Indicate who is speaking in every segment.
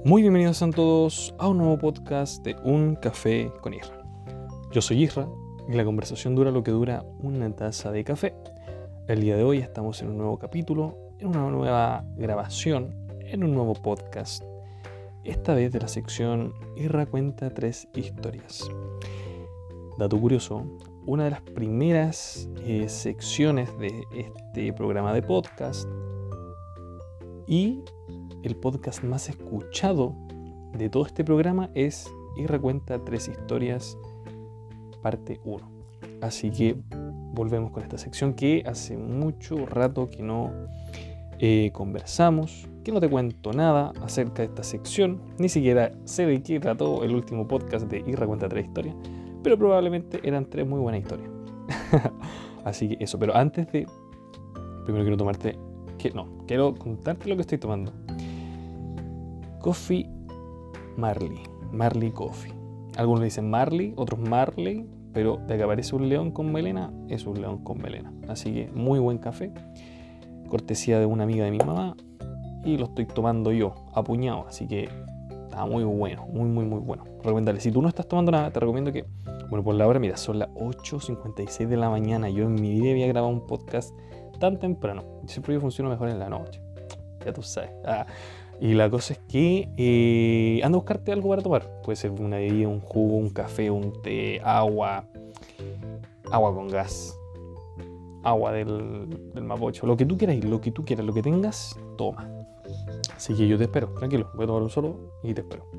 Speaker 1: Muy bienvenidos a todos a un nuevo podcast de Un Café con Isra. Yo soy Isra y la conversación dura lo que dura una taza de café. El día de hoy estamos en un nuevo capítulo, en una nueva grabación, en un nuevo podcast. Esta vez de la sección Isra cuenta 3 historias. Dato curioso, una de las primeras secciones de este programa de podcast y el podcast más escuchado de todo este programa es Isra cuenta 3 historias, parte 1. Así que volvemos con esta sección que hace mucho rato que no conversamos, que no te cuento nada acerca de esta sección, ni siquiera sé de qué trató el último podcast de Isra cuenta 3 historias, pero probablemente eran 3 muy buenas historias. Así que eso, pero antes de... Primero quiero contarte lo que estoy tomando. Coffee Marley Coffee. Algunos le dicen Marley, otros Marley, pero de que aparece un león con melena, es un león con melena. Así que muy buen café, cortesía de una amiga de mi mamá, y lo estoy tomando yo, a puñado, así que está muy bueno, muy bueno. Recomendable. Si tú no estás tomando nada, te recomiendo que, bueno, por la hora, mira, son las 8:56 de la mañana. Yo en mi vida había grabado un podcast tan temprano. Siempre yo funciono mejor en la noche, ya tú sabes. Y la cosa es que anda a buscarte algo para tomar. Puede ser una bebida, un jugo, un café, un té, agua con gas, agua del Mapocho, lo que tú quieras, lo que tengas, toma. Así que yo te espero, tranquilo, voy a tomar un solo y te espero.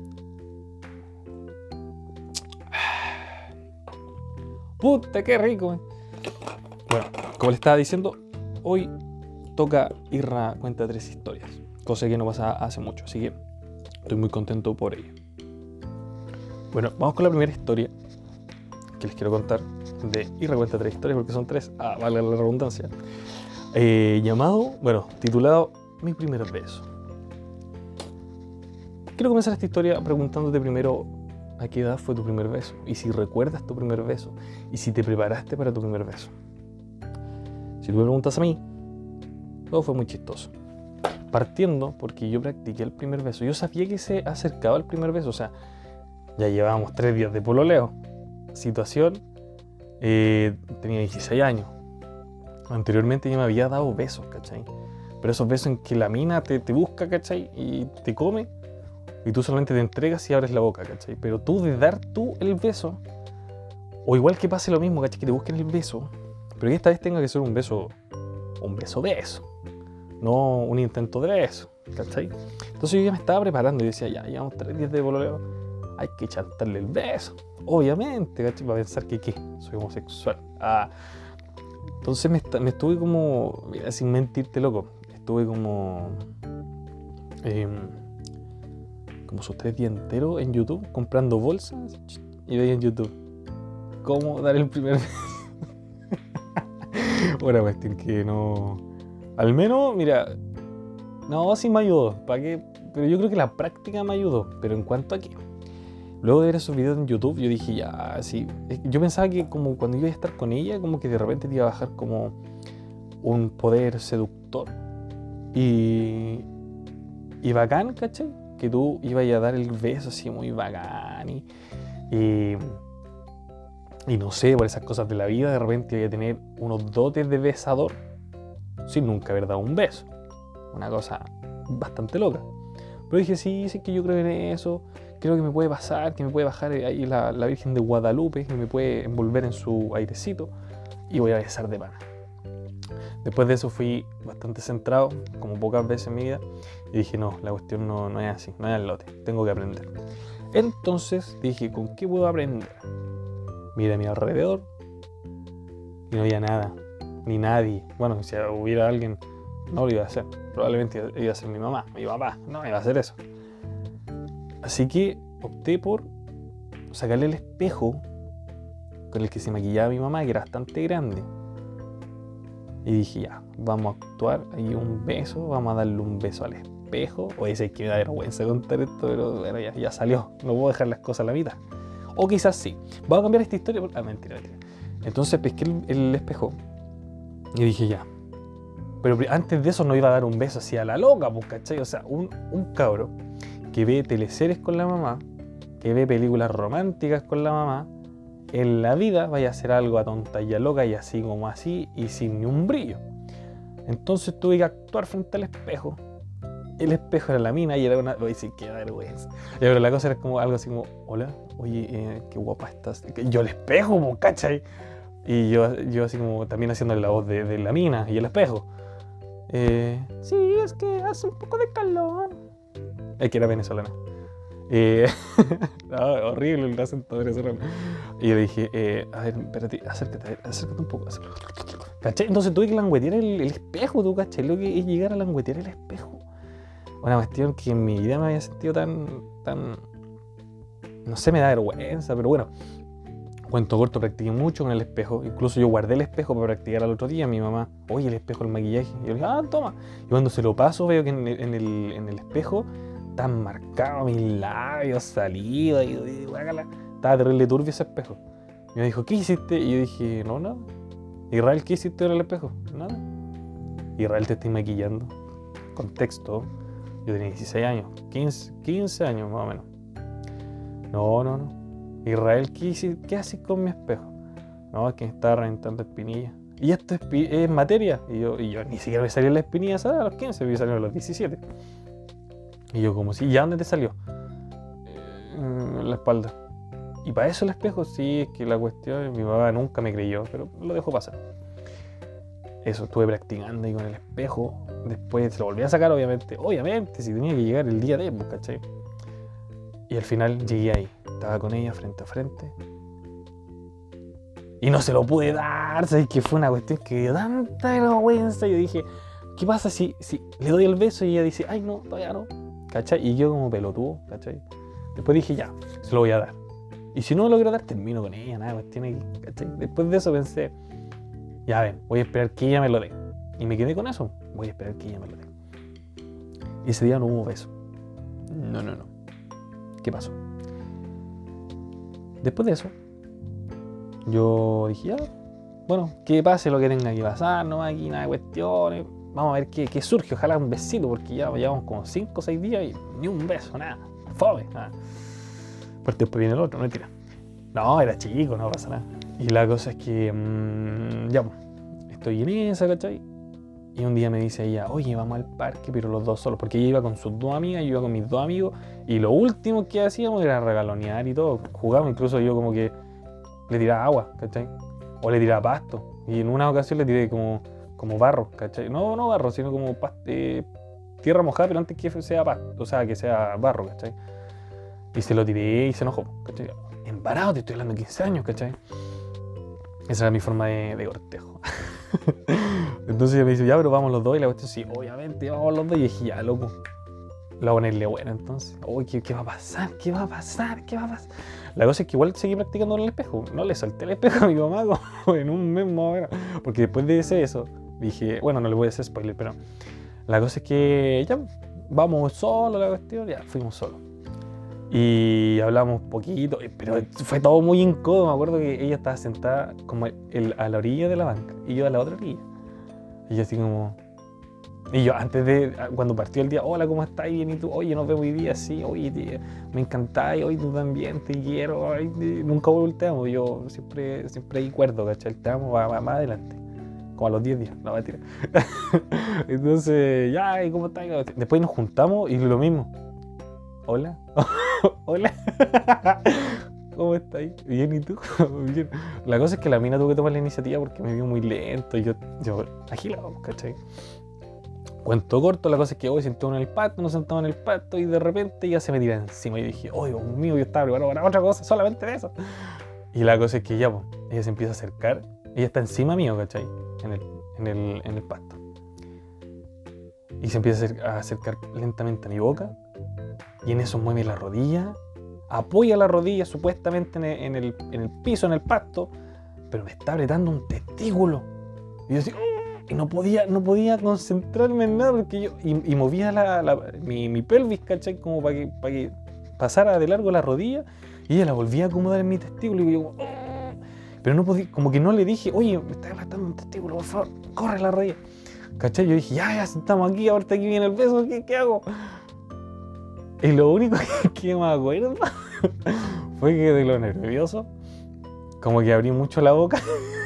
Speaker 1: ¡Puta, qué rico! Bueno, como le estaba diciendo, hoy toca Isra cuenta 3 historias, cosa que no pasa hace mucho, así que estoy muy contento por ello. Bueno, vamos con la primera historia que les quiero contar de Isra cuenta 3 historias, porque son 3, vale la redundancia. Titulado Mi primer beso. Quiero comenzar esta historia preguntándote primero a qué edad fue tu primer beso, y si recuerdas tu primer beso, y si te preparaste para tu primer beso. Si tú me preguntas a mí, todo fue muy chistoso. Partiendo porque yo practiqué el primer beso. Yo sabía que se acercaba el primer beso, o sea, ya llevábamos 3 días de pololeo. Situación, tenía 16 años. Anteriormente yo me había dado besos, ¿cachai? Pero esos besos en que la mina te busca, ¿cachai? Y te come, y tú solamente te entregas y abres la boca, ¿cachai? Pero tú de dar tú el beso, o igual que pase lo mismo, ¿cachai? Que te busquen el beso, pero que esta vez tenga que ser un beso beso, no un intento de beso, ¿cachai? Entonces yo ya me estaba preparando y decía, ya llevamos 3 días de pololeo, hay que chantarle el beso, obviamente, ¿cachai? Para pensar que ¿qué? Soy homosexual. Entonces me estuve como, mira, sin mentirte, loco, estuve como sus 3 días enteros en YouTube comprando bolsas y veía en YouTube cómo dar el primer beso. Una cuestión que no... Al menos, mira... No, sí me ayudó. ¿Para qué? Pero yo creo que la práctica me ayudó. Pero en cuanto a qué... Luego de ver esos videos en YouTube, yo dije, ya, sí... Yo pensaba que como cuando iba a estar con ella, como que de repente te iba a bajar como un poder seductor. Y bacán, ¿cachai? Que tú ibas a dar el beso así muy bacán. Y no sé, por esas cosas de la vida, de repente voy a tener unos dotes de besador sin nunca haber dado un beso. Una cosa bastante loca. Pero dije, sí que yo creo en eso. Creo que me puede pasar, que me puede bajar ahí la Virgen de Guadalupe, que me puede envolver en su airecito y voy a besar de pana. Después de eso fui bastante centrado, como pocas veces en mi vida, y dije, no, la cuestión no es así, no es al lote, tengo que aprender. Entonces dije, ¿con qué puedo aprender? Miré a mi alrededor y no había nada, ni nadie. Bueno, si hubiera alguien, no lo iba a hacer. Probablemente iba a ser mi mamá, mi papá, no iba a hacer eso. Así que opté por sacarle el espejo con el que se maquillaba mi mamá, que era bastante grande. Y dije, ya, vamos a actuar ahí un beso, vamos a darle un beso al espejo. Oye, sé que me da vergüenza contar esto, pero bueno, ya salió. No puedo dejar las cosas a la mitad. O quizás sí. Voy a cambiar esta historia. Mentira. Entonces pesqué el espejo y dije, ya. Pero antes de eso no iba a dar un beso así a la loca, pues, ¿cachai? O sea, un cabro que ve teleseries con la mamá, que ve películas románticas con la mamá, en la vida vaya a hacer algo a tonta y a loca y así como así y sin ni un brillo. Entonces tuve que actuar frente al espejo. El espejo era la mina y era una... Oye, sí, qué vergüenza. Pero la cosa era como algo así como, hola, oye, qué guapa estás. Yo el espejo, po, ¿cachai? Y yo así como también haciéndole la voz de la mina y el espejo. Sí, es que hace un poco de calor. Es que era venezolana. No, horrible el acento venezolano. Y yo le dije, a ver, espérate, acércate un poco. ¿Cachai? Entonces tuve que languetear el espejo, tú, ¿cachai? Lo que es llegar a languetear el espejo. Una cuestión que en mi vida me había sentido tan... No sé, me da vergüenza, pero bueno. Cuento corto, practiqué mucho con el espejo. Incluso yo guardé el espejo para practicar al otro día. Mi mamá, oye, el espejo, el maquillaje. Y yo le dije, toma. Y cuando se lo paso, veo que en el espejo están marcados mis labios, salidos. Y guácala. Estaba terrible turbio ese espejo. Y me dijo, ¿qué hiciste? Y yo dije, no, nada. Israel, ¿qué hiciste en el espejo? Nada. Israel, te estoy maquillando. Contexto. Yo tenía 16 años, 15 años más o menos. No. Israel, ¿qué haces con mi espejo? No, es que me estaba reventando espinillas. Y esto es materia. Y yo ni siquiera me salió la espinilla esa a los 15, me salió a los 17. Y yo como, ¿y ya dónde te salió? En la espalda. ¿Y para eso el espejo? Sí, es que la cuestión, mi mamá nunca me creyó, pero lo dejó pasar. Eso, estuve practicando ahí con el espejo. Después se lo volví a sacar, obviamente, si tenía que llegar el día de, ¿cachai? Y al final llegué ahí, estaba con ella frente a frente. Y no se lo pude dar, ¿sabes? Que fue una cuestión que dio tanta vergüenza. Yo dije, ¿qué pasa si le doy el beso y ella dice, ay no, todavía no? ¿Cachai? Y yo como pelotudo, ¿cachai? Después dije, ya, se lo voy a dar. Y si no lo logro dar, termino con ella, nada, cuestión aquí, ¿cachai? Después de eso pensé, ya ven, voy a esperar que ella me lo dé. Y me quedé con eso, voy a esperar que ella me lo dé. Y ese día no hubo beso. No. ¿Qué pasó? Después de eso, yo dije, ya, bueno, que pase lo que tenga que pasar, no hay aquí nada de cuestiones. Vamos a ver qué surge, ojalá un besito, porque ya llevamos como 5 o 6 días y ni un beso, nada, fome, nada. Pero después viene el otro, no mentira. No, era chico, no pasa nada. Y la cosa es que, ya, estoy en esa, ¿cachai? Y un día me dice ella, oye, vamos al parque, pero los dos solos, porque ella iba con sus 2 amigas, yo iba con mis 2 amigos, y lo último que hacíamos era regalonear y todo, jugábamos, incluso yo como que le tiraba agua, ¿cachai? O le tiraba pasto, y en una ocasión le tiré como barro, ¿cachai? No barro, sino como tierra mojada, pero antes que sea pasto, o sea, que sea barro, ¿cachai? Y se lo tiré y se enojó, ¿cachai? Embarado, te estoy hablando de 15 años, ¿cachai? Esa era mi forma de cortejo. Entonces ella me dice, ya, pero vamos los dos. Y la cuestión, sí, obviamente vamos los dos. Y dije, ya, loco, lo voy a ponerle bueno entonces. Uy, ¿qué va a pasar? ¿Qué va a pasar? La cosa es que igual seguí practicando en el espejo. No le solté el espejo a mi mamá como en un mes más o menos. Porque después de eso, dije, bueno, no le voy a hacer spoiler, pero la cosa es que ya, vamos solos, la cuestión, ya, fuimos solos. Y hablamos poquito, pero fue todo muy incómodo. Me acuerdo que ella estaba sentada como a la orilla de la banca y yo a la otra orilla. Y yo así como... Y yo cuando partió el día, hola, ¿cómo estás? Bien, ¿y tú? Oye, nos vemos hoy día, sí, oye, tío, me encantáis, hoy tú también, te quiero, nunca volteamos, yo siempre ahí cuerdo, ¿cachai? Te amo, va más adelante, como a los 10 días, no, mentira. Entonces, ya, ¿y cómo estás? Después nos juntamos y lo mismo, hola, hola, ¿cómo estás? Bien, ¿y tú? Bien. La cosa es que la mina tuvo que tomar la iniciativa porque me vio muy lento y yo agilado, ¿cachai? Cuento corto, la cosa es que hoy sentamos en el pasto, nos sentamos en el pasto y de repente ella se me tira encima y dije, oh Dios mío, yo estaba preparado para otra cosa, solamente de eso. Y la cosa es que ya, pues, ella se empieza a acercar, ella está encima mío, ¿cachai? En el pasto. Y se empieza a acercar lentamente a mi boca y en eso mueve la rodilla, apoya la rodilla supuestamente en el piso, en el pasto, pero me está apretando un testículo. Y yo así, y no podía concentrarme en nada porque yo y movía mi pelvis, ¿cachai? Como para que pasara de largo la rodilla y ella la volvía a acomodar en mi testículo y yo pero no podía, como que no le dije, oye, me está aplastando un testículo, por favor, corre la rodilla, ¿cachai? Yo dije, ya estamos aquí, ahorita aquí viene el beso, ¿qué hago? Y lo único que me acuerdo fue que de lo nervioso, como que abrí mucho la boca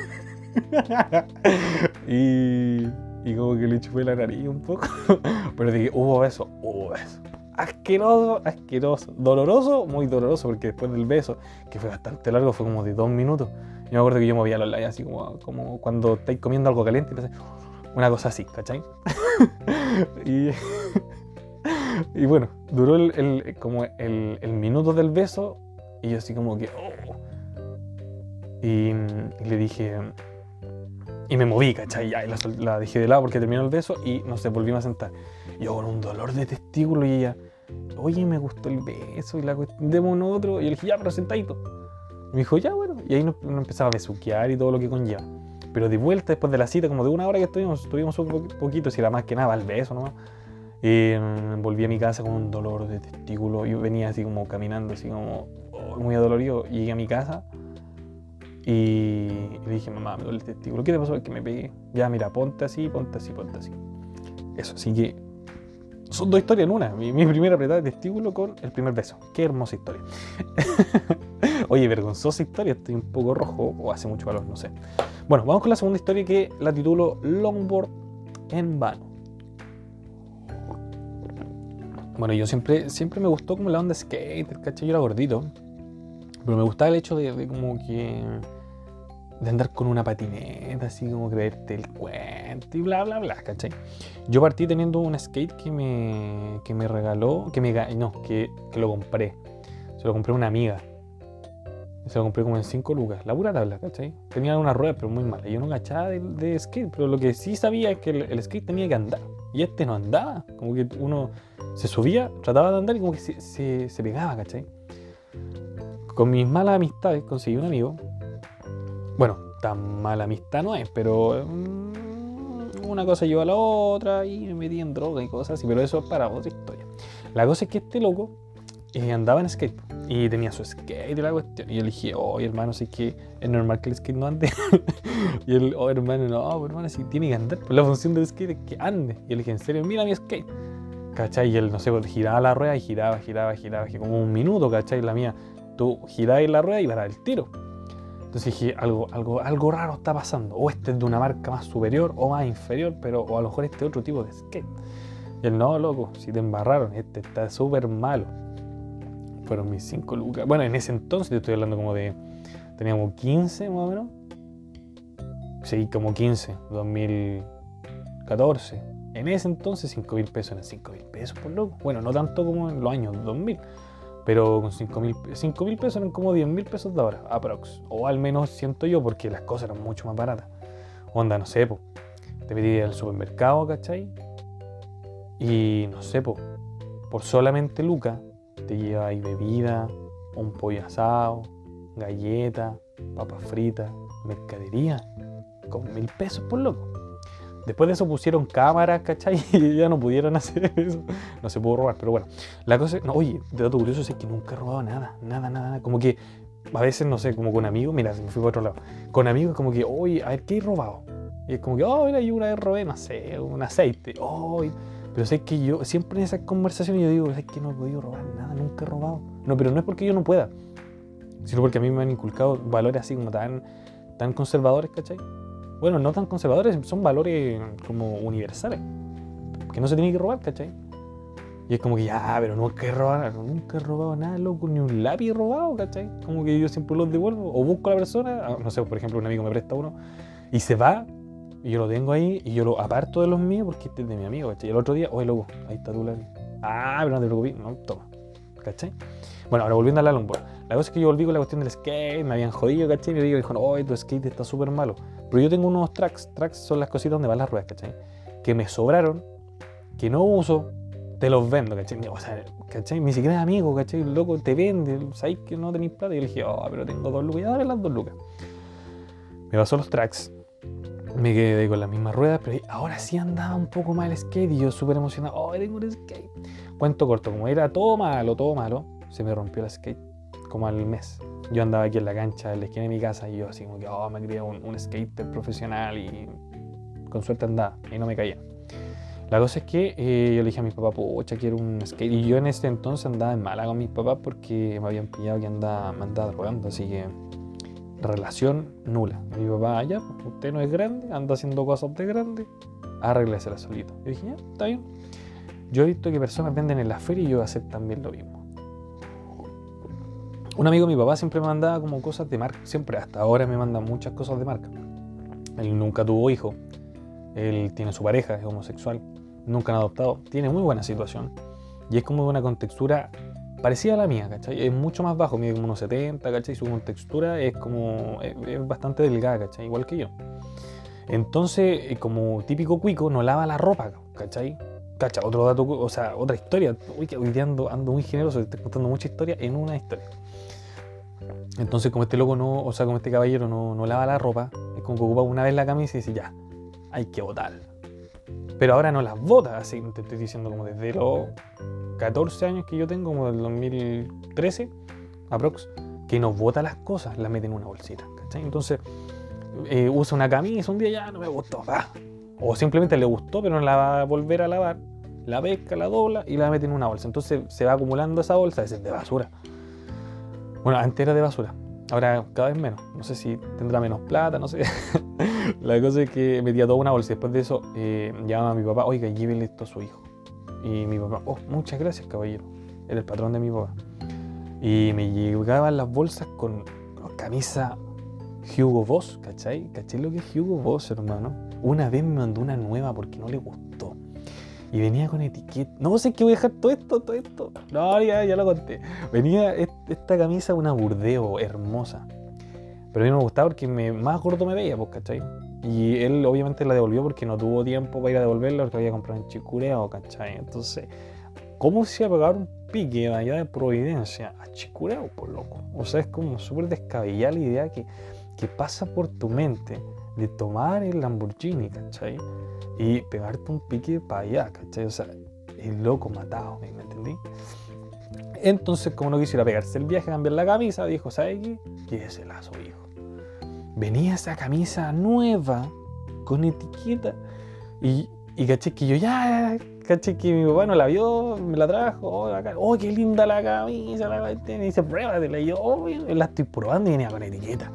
Speaker 1: y como que le chupé la nariz un poco. Pero dije, hubo beso. Asqueroso, asqueroso. Doloroso, muy doloroso, porque después del beso, que fue bastante largo, fue como de 2 minutos. Yo me acuerdo que yo movía los labios así como cuando estáis comiendo algo caliente, entonces, una cosa así, ¿cachai? y, y bueno, duró como el minuto del beso, y yo así como que... Y le dije... Y me moví, ¿cachai? Ya, y la dejé de lado porque terminó el beso y nos volvimos a sentar. Yo con un dolor de testículo y ella, oye, me gustó el beso y la cuestión, démonos otro. Y yo le dije, ya, pero sentadito. Y me dijo, ya, bueno. Y ahí nos empezaba a besuquear y todo lo que conlleva. Pero de vuelta, después de la cita, como de 1 hora que estuvimos un poquito, si era más que nada el beso nomás. Volví a mi casa con un dolor de testículo. Yo venía así como caminando, así como muy adolorido. Llegué a mi casa. Y le dije, mamá, me duele el testículo. ¿Qué te pasó? Es que me pegué. Ya, mira, ponte así, ponte así, ponte así. Eso, así que son 2 historias en una. Mi primera apretada de testículo con el primer beso. Qué hermosa historia. Oye, vergonzosa historia. Estoy un poco rojo o hace mucho calor, no sé. Bueno, vamos con la segunda historia que la titulo Longboard en vano. Bueno, yo siempre me gustó como la onda skater, ¿cachai? Yo era gordito. Pero me gustaba el hecho de como que... de andar con una patineta, así como creerte el cuento y bla, bla, bla, ¿cachai? Yo partí teniendo un skate que me regaló, que lo compré. Se lo compré a una amiga. Se lo compré como en 5 lucas, la pura tabla, ¿cachai? Tenía una rueda, pero muy mala. Yo no cachaba de skate, pero lo que sí sabía es que el skate tenía que andar. Y este no andaba. Como que uno se subía, trataba de andar y como que se pegaba, ¿cachai? Con mis malas amistades conseguí un amigo. Bueno, tan mala amistad no es, pero una cosa lleva a la otra y me metí en droga y cosas así, pero eso es para otra historia. La cosa es que este loco andaba en skate y tenía su skate y la cuestión. Y yo le dije, oye hermano, si es que es normal que el skate no ande. Y él, oh hermano, no, hermano, si tiene que andar. Pues la función del skate es que ande. Y yo le dije, en serio, mira mi skate. ¿Cachai? Y él, no sé, giraba la rueda y giraba, como 1 minuto, ¿cachai? La mía, tú girabas la rueda y para el tiro. Entonces dije, algo raro está pasando. O este es de una marca más superior o más inferior, o a lo mejor este es otro tipo de skate. Y él, no, loco, si te embarraron, este está súper malo. Fueron mis 5 lucas. Bueno, en ese entonces, te estoy hablando como de... Teníamos 15 más o menos. Sí, como 15, 2014. En ese entonces 5.000 pesos eran 5.000 pesos por loco. Bueno, no tanto como en los años 2000. Pero con 5.000 pesos eran como 10.000 pesos de ahora, aprox. O al menos siento yo, porque las cosas eran mucho más baratas. Onda, no sé, te metí al supermercado, ¿cachai? Y no sé, por solamente lucas, te lleva ahí bebida, un pollo asado, galletas, papas fritas, mercadería, con 1.000 pesos por loco. Después de eso pusieron cámaras, ¿cachai? Y ya no pudieron hacer eso. No se pudo robar, pero bueno. La cosa es, no, oye, de dato curioso es que nunca he robado nada. Como que a veces, no sé, como con amigos, mira, me fui para otro lado. Con amigos como que, oye, a ver, ¿qué he robado? Y es como que, oh, mira, yo una vez robé, no sé, un aceite. Oh, pero sé que yo, siempre en esas conversaciones yo digo, es que no he podido robar nada, nunca he robado. No, pero no es porque yo no pueda, sino porque a mí me han inculcado valores así como tan conservadores, ¿cachai? Bueno, no tan conservadores, son valores como universales, que no se tiene que robar, ¿cachai? Y es como que ya, pero nunca he robado nada, loco, ni un lápiz robado, ¿cachai? Como que yo siempre los devuelvo, o busco a la persona, no sé, por ejemplo, un amigo me presta uno, y se va, y yo lo tengo ahí, y yo lo aparto de los míos, porque este es de mi amigo, ¿cachai? Y el otro día, oye, loco, ahí está tu lápiz. Ah, pero no te preocupes, no, toma, ¿cachai? Bueno, ahora volviendo a la longboard. La cosa es que yo volví con la cuestión del skate, me habían jodido, ¿cachai? Y me dijo, oye, tu skate está súper malo. Pero yo tengo unos tracks son las cositas donde van las ruedas, ¿cachai? Que me sobraron, que no uso, te los vendo, ¿cachai? O sea, ¿cachai? Ni siquiera es amigo, ¿cachai? El loco te vende, sabes que no tenéis plata. Y yo le dije, pero tengo 2 lucas, ya dame las 2 lucas. Me pasó los tracks, me quedé con las mismas ruedas, pero ahora sí andaba un poco mal el skate y yo súper emocionado, tengo un skate. Cuento corto, como era todo malo, se me rompió el skate como al mes. Yo andaba aquí en la cancha, en la esquina de mi casa, y yo así como que, me quería un skater profesional y con suerte andaba y no me caía. La cosa es que yo le dije a mi papá, pucha, quiero un skate. Y yo en ese entonces andaba en Málaga con mis papás porque me habían pillado que me andaba drogando, así que relación nula. Y mi papá, ya, pues, usted no es grande, anda haciendo cosas de grande, arréglesela solito. Yo dije, ya, está bien. Yo he visto que personas venden en la feria y yo voy a hacer también lo mismo. Un amigo de mi papá siempre me mandaba como cosas de marca, siempre, hasta ahora me manda muchas cosas de marca. Él nunca tuvo hijo, él tiene su pareja, es homosexual, nunca han adoptado, tiene muy buena situación y es como de una contextura parecida a la mía, ¿cachai? Es mucho más bajo, mide como unos 70, ¿cachai? Su contextura es como, es bastante delgada, ¿cachai? Igual que yo. Entonces, como típico cuico, no lava la ropa, ¿cachai? Cacha, otro dato, o sea, otra historia. Uy, que hoy día ando muy generoso, te estoy contando mucha historia en una historia. Entonces, como este loco no, o sea, como este caballero no lava la ropa, es como que ocupa una vez la camisa y dice, ya, hay que botarla. Pero ahora no las bota, así te estoy diciendo como desde los 14 años que yo tengo, como del 2013, aprox, que no bota las cosas, las mete en una bolsita, ¿cachai? Entonces, usa una camisa, un día ya no me gustó, va. O simplemente le gustó, pero no la va a volver a lavar, la pesca, la dobla y la mete en una bolsa. Entonces se va acumulando esa bolsa, a veces de basura. Bueno, antes era de basura, ahora cada vez menos. No sé si tendrá menos plata, no sé. La cosa es que metía toda una bolsa. Después de eso, llamaba a mi papá, oiga, llévele esto a su hijo. Y mi papá, oh, muchas gracias, caballero. Era el patrón de mi papá. Y me llegaban las bolsas con camisa Hugo Boss, ¿cachai? ¿Cachai lo que es Hugo Boss, hermano? Una vez me mandó una nueva porque no le gustó. Y venía con etiqueta. No sé qué voy a dejar todo esto. No, ya lo conté. Venía esta camisa, una Burdeo hermosa. Pero a mí no me gustaba porque más gordo me veía, pues, ¿cachai? Y él obviamente la devolvió porque no tuvo tiempo para ir a devolverla porque había comprado en Chicureo, ¿cachai? Entonces, ¿cómo se iba a pagar un pique allá de Providencia a Chicureo, por loco? O sea, es como súper descabellada la idea que pasa por tu mente de tomar el Lamborghini, ¿cachai? Y pegarte un pique para allá, ¿cachai? O sea, el loco matado, ¿me entendí? Entonces, como no quisiera pegarse el viaje, cambiar la camisa, dijo, ¿sabes qué? Llévesela a su hijo. Venía esa camisa nueva, con etiqueta, y caché que yo ya, caché que mi papá no la vio, me la trajo, oh, qué linda la camisa, y dice, pruébatela, y yo, oh, la estoy probando y venía con etiqueta.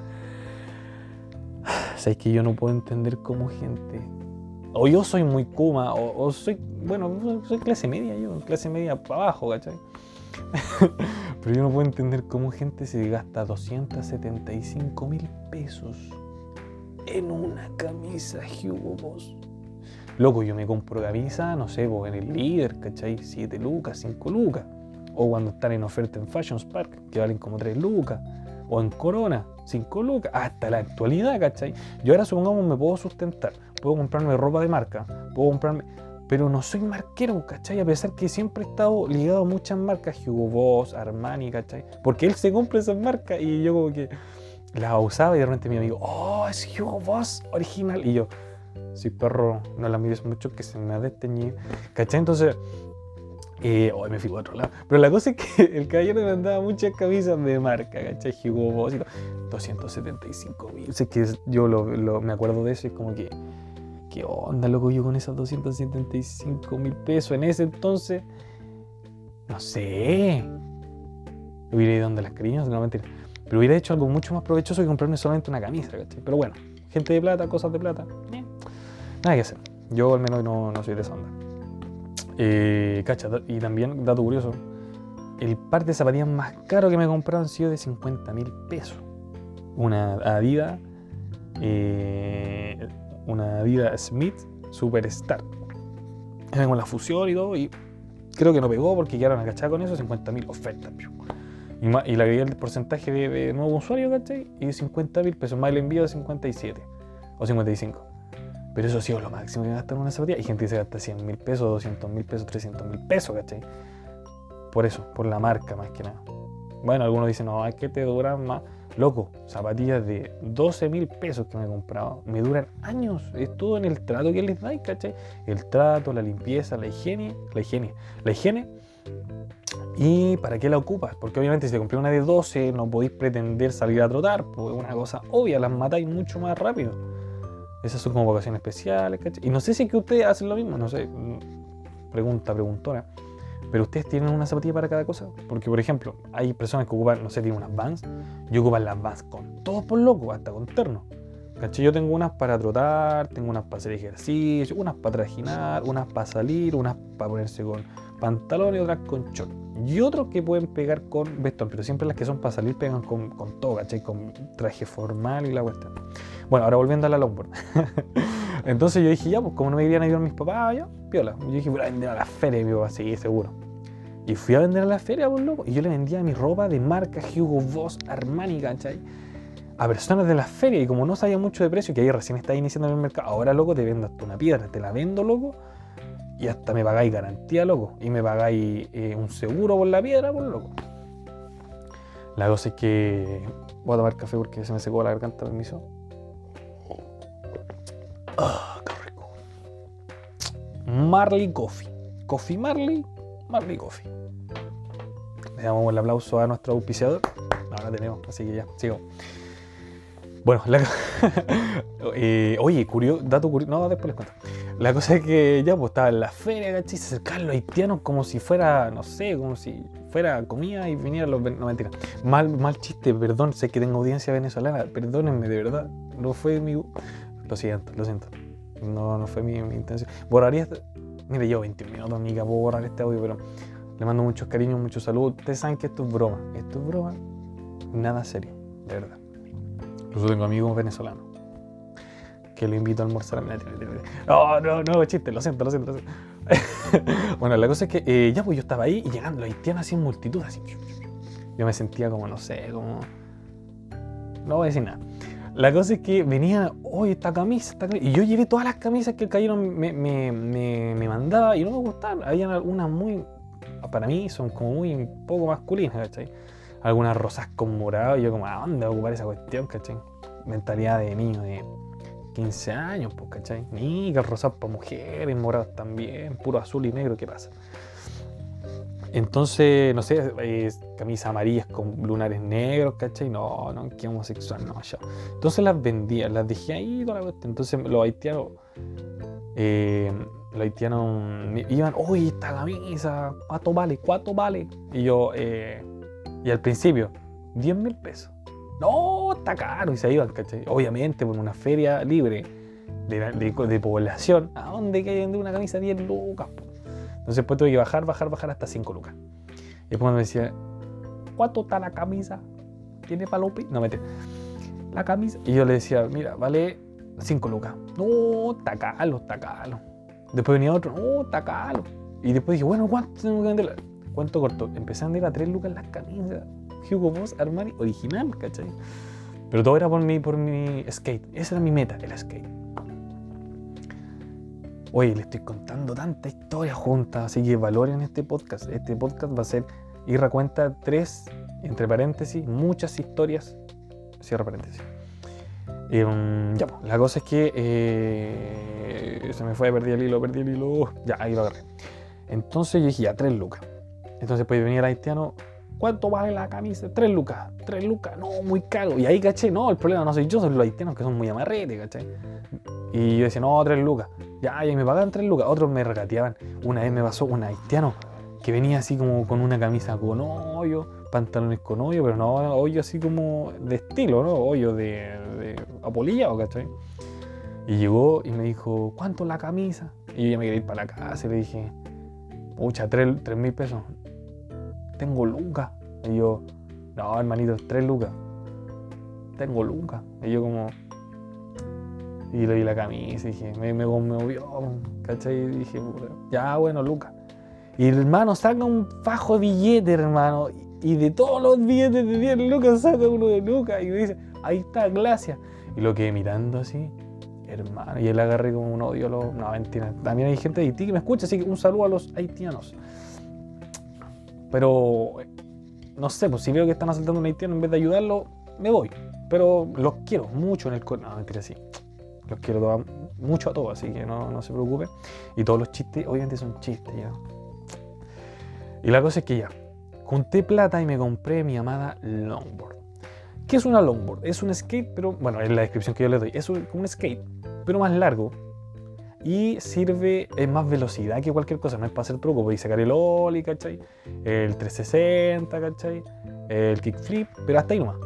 Speaker 1: Sabes que yo no puedo entender cómo gente, o yo soy muy kuma, o soy, bueno, soy clase media, clase media para abajo, ¿cachai? Pero yo no puedo entender cómo gente se gasta 275.000 pesos en una camisa Hugo Boss. Loco, yo me compro camisa, no sé, en el Líder, ¿cachai? 7 lucas, 5 lucas. O cuando están en oferta en Fashion Spark, que valen como 3 lucas. O en Corona, 5 lucas. Hasta la actualidad, ¿cachai? Yo ahora, supongamos, me puedo sustentar. Puedo comprarme ropa de marca. Puedo comprarme... Pero no soy marquero, ¿cachai? A pesar que siempre he estado ligado a muchas marcas. Hugo Boss, Armani, ¿cachai? Porque él se compra esas marcas y yo como que las usaba y de repente mi amigo, oh, es Hugo Boss original. Y yo, sí, perro, no la mires mucho que se me ha desteñido, ¿cachai? Entonces, hoy me fui a otro lado. Pero la cosa es que el caballero me mandaba muchas camisas de marca, ¿cachai? Hugo Boss y todo. 275.000. O sea, que yo me acuerdo de eso y es como que, ¿qué onda, loco? Yo con esos 275.000 pesos en ese entonces, no sé, hubiera ido donde las cariñas, no, mentira, pero hubiera hecho algo mucho más provechoso que comprarme solamente una camisa, ¿cachai? Pero bueno, gente de plata, cosas de plata, nada que hacer. Yo al menos no soy de esa onda. Cacha, y también, dato curioso, el par de zapatillas más caro que me he comprado han sido de 50.000 pesos. Una Adidas Smith Superstar. Era con la fusión y todo, y creo que no pegó porque quedaron agachadas con eso, 50.000 ofertas. Y le agregué el porcentaje de nuevo usuario, ¿cachai? Y 50.000 pesos, más el envío de 57 o 55. Pero eso ha sido lo máximo que gastan en una zapatilla. Y gente que se gasta 100.000 pesos, 200.000 pesos, 300.000 pesos, ¿cachai? Por eso, por la marca más que nada. Bueno, algunos dicen, no, es que te duran más. Loco, zapatillas de 12.000 pesos que me he comprado, me duran años. Es todo en el trato que les dais, ¿cachai? El trato, la limpieza, la higiene. ¿Y para qué la ocupas? Porque obviamente si te compré una de 12 no podéis pretender salir a trotar, pues es una cosa obvia, las matáis mucho más rápido. Esas son como vacaciones especiales, ¿cachai? Y no sé si es que ustedes hacen lo mismo, no sé. Preguntona. Pero ustedes tienen una zapatilla para cada cosa. Porque, por ejemplo, hay personas que ocupan, no sé, tienen unas Vans. Yo ocupan las Vans con todos por loco, hasta con terno. ¿Cachai? Yo tengo unas para trotar, tengo unas para hacer ejercicio, unas para trajinar, unas para salir, unas para ponerse con pantalones y otras con short. Y otros que pueden pegar con vestón, pero siempre las que son para salir pegan con todo, ¿cachai? Con traje formal y la cuestión. Bueno, ahora volviendo a la longboard. Entonces yo dije, ya, pues como no me querían ayudar mis papás, ya, piola. Yo dije, voy a vender a la feria, y mi papá, sí, seguro. Y fui a vender a la feria, pues loco. Y yo le vendía mi ropa de marca Hugo Boss, Armani, ¿cachai? A personas de la feria. Y como no sabía mucho de precio, que ahí recién estaba iniciando en el mercado, ahora, loco, te vendo hasta una piedra. Te la vendo, loco. Y hasta me pagáis garantía, loco. Y me pagáis un seguro por la piedra, pues, loco. La cosa es que... Voy a tomar café porque se me secó la garganta, permiso. ¡Ah, qué rico! Marley Coffee. Coffee Marley Coffee. Le damos el aplauso a nuestro auspiciador. Ahora tenemos, así que ya, sigo. Bueno, oye, dato curioso. No, después les cuento. La cosa es que ya pues estaba en la feria, ¿cachai? Se acercaban los haitianos como si fuera, no sé, como si fuera comida y vinieran los... No, mentira. Mal chiste, perdón, sé que tengo audiencia venezolana. Perdónenme, de verdad. No fue mi... Lo siento. No fue mi intención. Borraría... Mire, llevo 21 minutos, ni que puedo borrar este audio, pero le mando muchos cariños, muchos saludos. Ustedes saben que esto es broma. Esto es broma. Nada serio, de verdad. Incluso tengo amigos venezolanos que lo invito a almorzar. No, chiste, lo siento. Bueno, la cosa es que ya pues yo estaba ahí y llegando los haitianos así en multitud, así. Yo me sentía como, no sé, como... No voy a decir nada. La cosa es que venía, oye, esta camisa. Y yo llevé todas las camisas que el caballero me mandaba y no me gustaban. Habían algunas muy, para mí, son como muy un poco masculinas, ¿cachai? Algunas rosas con morado y yo como, ¿a dónde voy a ocupar esa cuestión, cachai? Mentalidad de niño de 15 años, pues, ¿cachai? Nicas, rosas para mujeres, morados también, puro azul y negro, ¿qué pasa? Entonces, no sé, camisas amarillas con lunares negros, ¿cachai? No, qué homosexual, no, yo. Entonces las vendía, las dejé ahí toda la cuestión. Entonces los haitianos iban, oye, esta camisa, ¿cuánto vale? Y yo, y al principio, 10,000 pesos. No, está caro, y se iban, ¿cachai? Obviamente, por una feria libre de población, ¿a dónde hay que vender una camisa 10 lucas? Entonces después tuve que bajar hasta 5 lucas. Y después me decía, ¿cuánto está la camisa? ¿Tiene palopi? No, mete. La camisa. Y yo le decía, mira, vale 5 lucas. No, está caro. Después venía otro, no, está caro. Y después dije, bueno, ¿cuánto tengo que venderla? ¿Cuánto cortó? Empecé a vender a 3 lucas las camisas. Hugo Boss Armani original, ¿cachai? Pero todo era por mi skate. Esa era mi meta, el skate. Oye, le estoy contando tanta historia juntas, así que valoren este podcast. Este podcast va a ser Irra cuenta 3, entre paréntesis, muchas historias, cierra paréntesis. Ya, pues, la cosa es que se me fue, perdí el hilo. Ya, ahí lo agarré. Entonces yo dije, ya, 3 lucas. Entonces pues venía el haitiano, ¿cuánto vale la camisa? 3 lucas, no, muy caro. Y ahí caché, no, el problema no soy yo, son los haitianos que son muy amarretes, ¿cachai? Y yo decía, no, 3 lucas. Ya, y me pagaban 3 lucas. Otros me regateaban. Una vez me pasó un haitiano que venía así como con una camisa con hoyo, pantalones con hoyo, pero no hoyo así como de estilo, ¿no? Hoyo de apolillado, ¿cachai? Y llegó y me dijo, ¿cuánto la camisa? Y yo ya me quería ir para la casa y le dije, pucha, 3,000 pesos. Tengo lucas. Y yo, no, hermanito, 3 lucas. Tengo lucas. Y yo como... Y le di la camisa y dije, me conmovió, ¿cachai? Y dije, ya, bueno, lucas. Y el hermano saca un fajo de billetes, hermano. Y de todos los billetes de 10 lucas saca uno de lucas. Y me dice, ahí está, gracias. Y lo quedé mirando así, hermano. Y él agarré como un odio a los... No, mentira. También hay gente de Haití que me escucha, así que un saludo a los haitianos. Pero, no sé, pues si veo que están asaltando a un haitiano, en vez de ayudarlo, me voy. Pero los quiero mucho en el corazón. No, mentira, sí. Los quiero mucho a todos, así que no se preocupen. Y todos los chistes, obviamente son chistes ya. Y la cosa es que ya, junté plata y me compré mi amada longboard. ¿Qué es una longboard? Es un skate, pero, bueno, es la descripción que yo le doy. Es como un skate, pero más largo. Y sirve en más velocidad que cualquier cosa, no es para hacer truco, podéis sacar el ollie, ¿cachai? El 360, ¿cachai? El kickflip, pero hasta ahí nomás.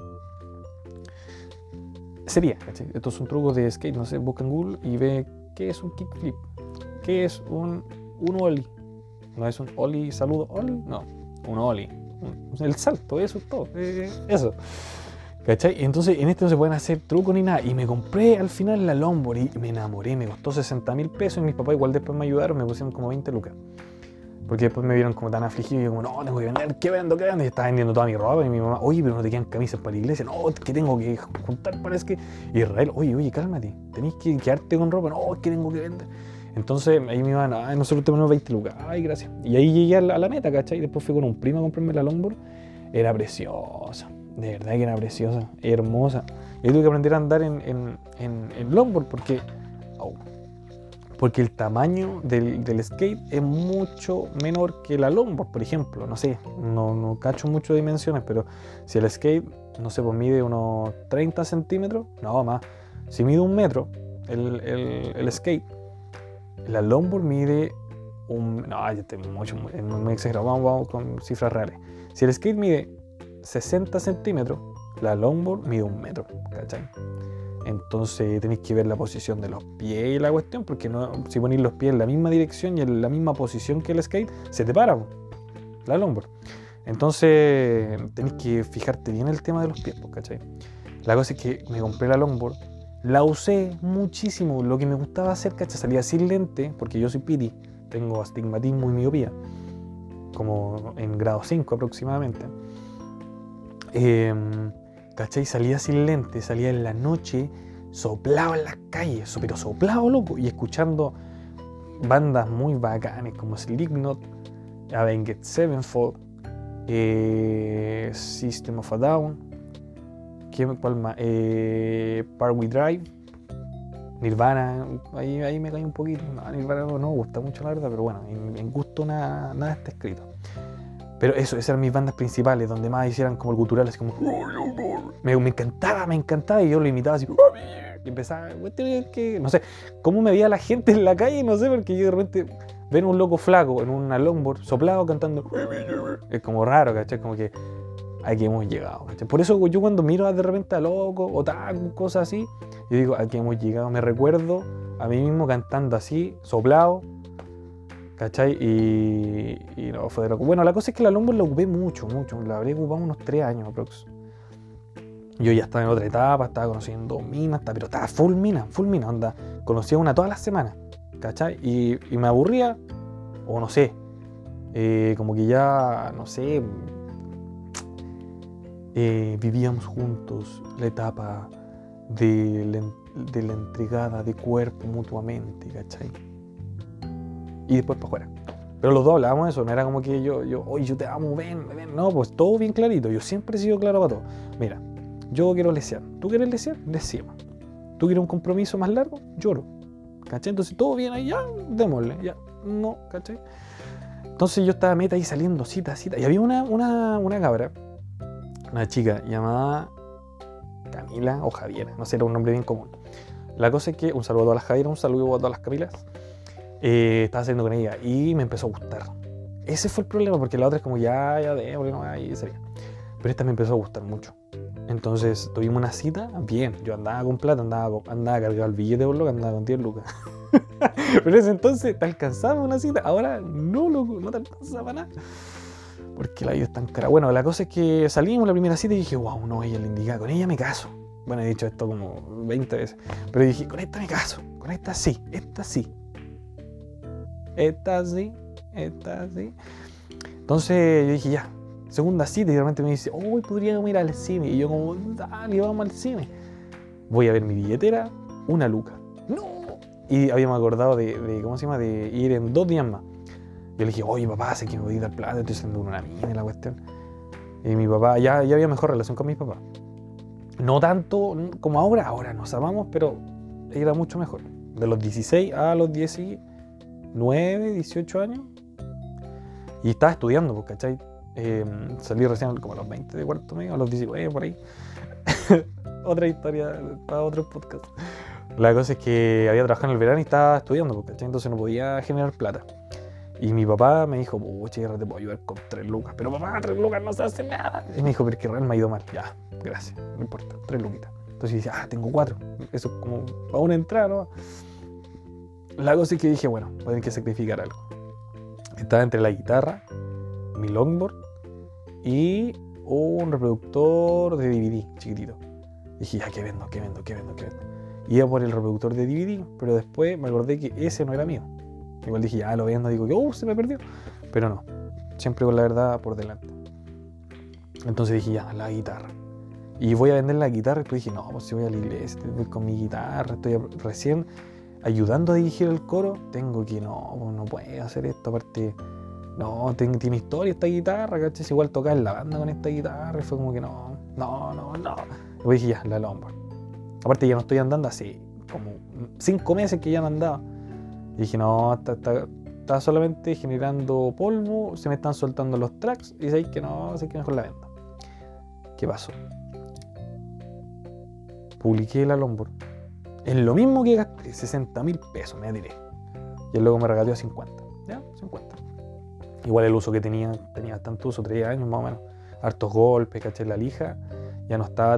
Speaker 1: Sería, ¿cachai? Estos son trucos de skate, no sé, busca en Google y ve qué es un kickflip, qué es un ollie. No es un ollie, saludo, ollie, no, un ollie. El salto, eso es todo, eso. ¿Cachai? Entonces en este no se pueden hacer trucos ni nada. Y me compré al final la longboard y me enamoré. Me costó 60.000 pesos y mis papás igual después me ayudaron, me pusieron como 20 lucas. Porque después me vieron como tan afligido y yo como, no, tengo que vender, ¿qué vendo? ¿Qué vendo? Y estaba vendiendo toda mi ropa y mi mamá, oye, pero no te quedan camisas para la iglesia. No, que tengo que juntar para es que... Israel, oye, cálmate, tenés que quedarte con ropa. No, es que tengo que vender. Entonces ahí me iban, ay, nosotros te ponemos 20 lucas. Ay, gracias. Y ahí llegué a la meta, ¿cachai? Y después fui con un primo a comprarme la longboard. Era preciosa. De verdad que era preciosa, hermosa. Yo tuve que aprender a andar en longboard porque el tamaño del skate es mucho menor que la longboard, por ejemplo. No sé, no cacho mucho de dimensiones, pero si el skate, no sé, pues mide unos 30 centímetros, no más. Si mide 1 metro el skate, la longboard mide no, ya estoy muy exagerado, vamos con cifras reales. Si el skate mide 60 centímetros, la longboard mide 1 metro, ¿cachai? Entonces tenéis que ver la posición de los pies y la cuestión, porque no, si ponéis los pies en la misma dirección y en la misma posición que el skate, se te para la longboard. Entonces tenéis que fijarte bien el tema de los pies, ¿cachai? La cosa es que me compré la longboard, la usé muchísimo, lo que me gustaba hacer, ¿cachai? Salía sin lente, porque yo soy piti, tengo astigmatismo y miopía, como en grado 5 aproximadamente. ¿Cachai? Salía sin lente, salía en la noche, soplaba en las calles, pero soplaba, loco, y escuchando bandas muy bacanes como Slipknot, Avenged Sevenfold, System of a Down, ¿cuál más? Parkway Drive, Nirvana, ahí me caí un poquito. No, Nirvana no me gusta mucho, la verdad, pero bueno, en gusto nada está escrito. Pero eso, esas eran mis bandas principales, donde más hicieran como el gutural, así como... Me encantaba, y yo lo imitaba así... Y empezaba, no sé, cómo me veía la gente en la calle, no sé, porque yo de repente ven un loco flaco en una longboard, soplado, cantando... Es como raro, ¿cachai? Como que aquí hemos llegado, ¿cachai? Por eso yo cuando miro de repente a loco, o tal, cosas así, yo digo, aquí hemos llegado. Me recuerdo a mí mismo cantando así, soplado, ¿cachai? Y no, fue de loco. Bueno, la cosa es que la longboard la ocupé mucho, la habré ocupado unos 3 años aprox. Yo ya estaba en otra etapa, estaba conociendo minas, pero estaba full mina, onda. Conocía una todas las semanas, ¿cachai? Y me aburría, o no sé, como que ya, no sé, vivíamos juntos la etapa de la entregada de cuerpo mutuamente, ¿cachai? Y después para afuera. Pero los dos hablábamos de eso, no era como que oye, yo te amo, ven, no, pues todo bien clarito, yo siempre he sido claro para todo. Mira, yo quiero lesear, ¿tú quieres lesear? Leseamos. ¿Tú quieres un compromiso más largo? Lloro, ¿cachai? Entonces todo bien ahí, ya, démosle, ya, no, ¿cachai? Entonces yo estaba meta ahí saliendo, cita, y había una cabra, una chica llamada Camila o Javiera, no sé, era un nombre bien común. La cosa es que, un saludo a todas las Javieras, un saludo a todas las Camilas. Estaba saliendo con ella y me empezó a gustar. Ese fue el problema, porque la otra es como ya démosle, no, ahí sería. Pero esta me empezó a gustar mucho. Entonces tuvimos una cita, bien, yo andaba con plata, andaba cargado el billete por loco, andaba con 10 lucas. Pero en ese entonces te alcanzaba una cita, ahora no, loco, no te alcanzaba para nada. Porque la vida es tan cara. Bueno, la cosa es que salimos la primera cita y dije, wow, no, ella es la indicada, con ella me caso. Bueno, he dicho esto como 20 veces. Pero dije, con esta me caso, con esta sí, esta sí. Esta sí. Entonces yo dije, ya, segunda cita, y de repente me dice, hoy podríamos ir al cine. Y yo como, dale, vamos al cine. Voy a ver mi billetera, 1 luca. ¡No! Y habíamos acordado ¿cómo se llama? De ir en 2 días más. Yo le dije, oye papá, sé que me voy a dar plata, estoy haciendo una mina en la cuestión. Y mi papá, ya había mejor relación con mi papá. No tanto como ahora nos amamos, pero era mucho mejor. De los 16 a los 19, 18 años. Y estaba estudiando, pues, ¿cachai? Salí recién como a los 20 de cuarto medio, a los 19 por ahí. Otra historia para otro podcast. La cosa es que había trabajado en el verano y estaba estudiando, ¿cachai? Entonces no podía generar plata. Y mi papá me dijo, pucha, te puedo ayudar con 3 lucas. Pero papá, 3 lucas no se hace nada. Y me dijo, pero es que real me ha ido mal. Ya, gracias, no importa, 3 luquitas. Entonces dice, tengo 4. Eso es como para una entrada, ¿no? La cosa es que dije, bueno, voy a tener que sacrificar algo. Estaba entre la guitarra, mi longboard y un reproductor de DVD chiquitito. Dije, ya, ¿qué vendo? Iba por el reproductor de DVD, pero después me acordé que ese no era mío. Igual dije, ya lo vendo, digo, se me perdió. Pero no, siempre con la verdad por delante. Entonces dije, ya, la guitarra. Y voy a vender la guitarra. Y después dije, no, pues si voy a la iglesia, voy con mi guitarra, estoy recién ayudando a dirigir el coro. Tengo que, no puedo hacer esto. Aparte, no, tiene historia esta guitarra, ¿cachai? Igual tocar en la banda con esta guitarra. Y fue como que no. Después dije, ya, la longboard. Aparte, ya no estoy andando hace como 5 meses que ya no andaba. Y dije, no, está solamente generando polvo, se me están soltando los tracks y sé que mejor la venta. ¿Qué pasó? Publiqué la longboard. Es lo mismo que gasté, 60.000 pesos, me tiré. Y el loco me regateó 50. ¿Ya? 50. Igual el uso que tenía bastante uso, 3 años más o menos. Hartos golpes, caché, la lija. Ya no estaba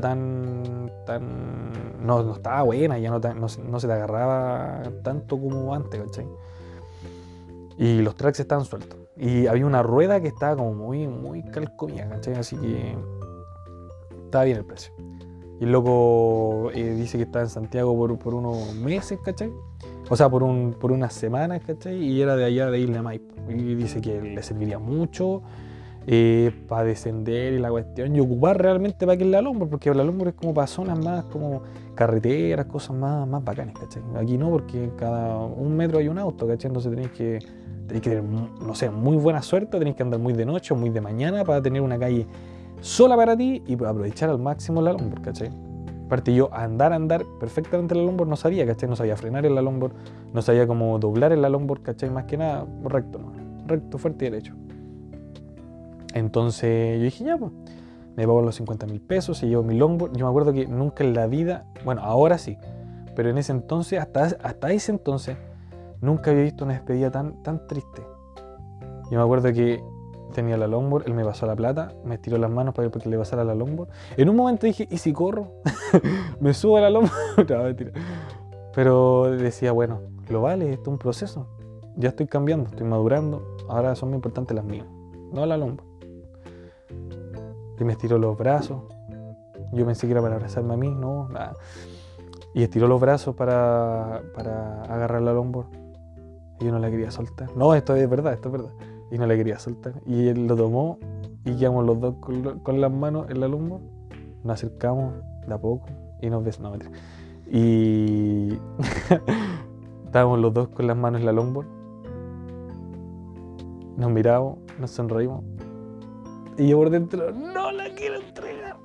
Speaker 1: no estaba buena, ya no se te agarraba tanto como antes, ¿cachai? Y los tracks estaban sueltos. Y había una rueda que estaba como muy calcomida, ¿cachai? Así que estaba bien el precio. Y el loco dice que estaba en Santiago por unos meses, ¿cachai? O sea, por unas semanas, ¿cachai? Y era de allá de Isla Maipo. Y dice que le serviría mucho para descender y la cuestión y ocupar realmente para que la longboard, porque la longboard es como para zonas más como carreteras, cosas más bacanas, ¿cachai? Aquí no, porque cada 1 metro hay un auto, ¿cachai? Entonces tenéis que tener, no sé, muy buena suerte, tenéis que andar muy de noche o muy de mañana para tener una calle sola para ti y aprovechar al máximo la longboard, ¿cachai? Aparte yo andar perfectamente en la longboard no sabía, ¿cachai? No sabía frenar en la longboard, no sabía cómo doblar en la longboard, ¿cachai? Más que nada recto, ¿no? Recto, fuerte y derecho. Entonces yo dije, ya, pues, me pago los 50.000 pesos y llevo mi longboard. Yo me acuerdo que nunca en la vida, bueno, ahora sí, pero en ese entonces, hasta ese entonces, nunca había visto una despedida tan triste. Yo me acuerdo que tenía la longboard, él me pasó la plata, me estiró las manos para que le pasara la longboard. En un momento dije, ¿y si corro? Me subo a la longboard. No, mentira. Pero decía, bueno, lo vale, esto es un proceso. Ya estoy cambiando, estoy madurando, ahora son muy importantes las mías, no la longboard. Y me estiró los brazos. Yo pensé que era para abrazarme a mí, no, nada. Y estiró los brazos para agarrar la longboard. Y yo no la quería soltar. No, esto es verdad. Y no la quería soltar. Y él lo tomó y quedamos los dos con las manos en la longboard. Nos acercamos de a poco y nos besamos. No, mentira. Y estábamos los dos con las manos en la longboard. Nos miramos, nos sonreímos. Y yo por dentro, no la quiero entregar.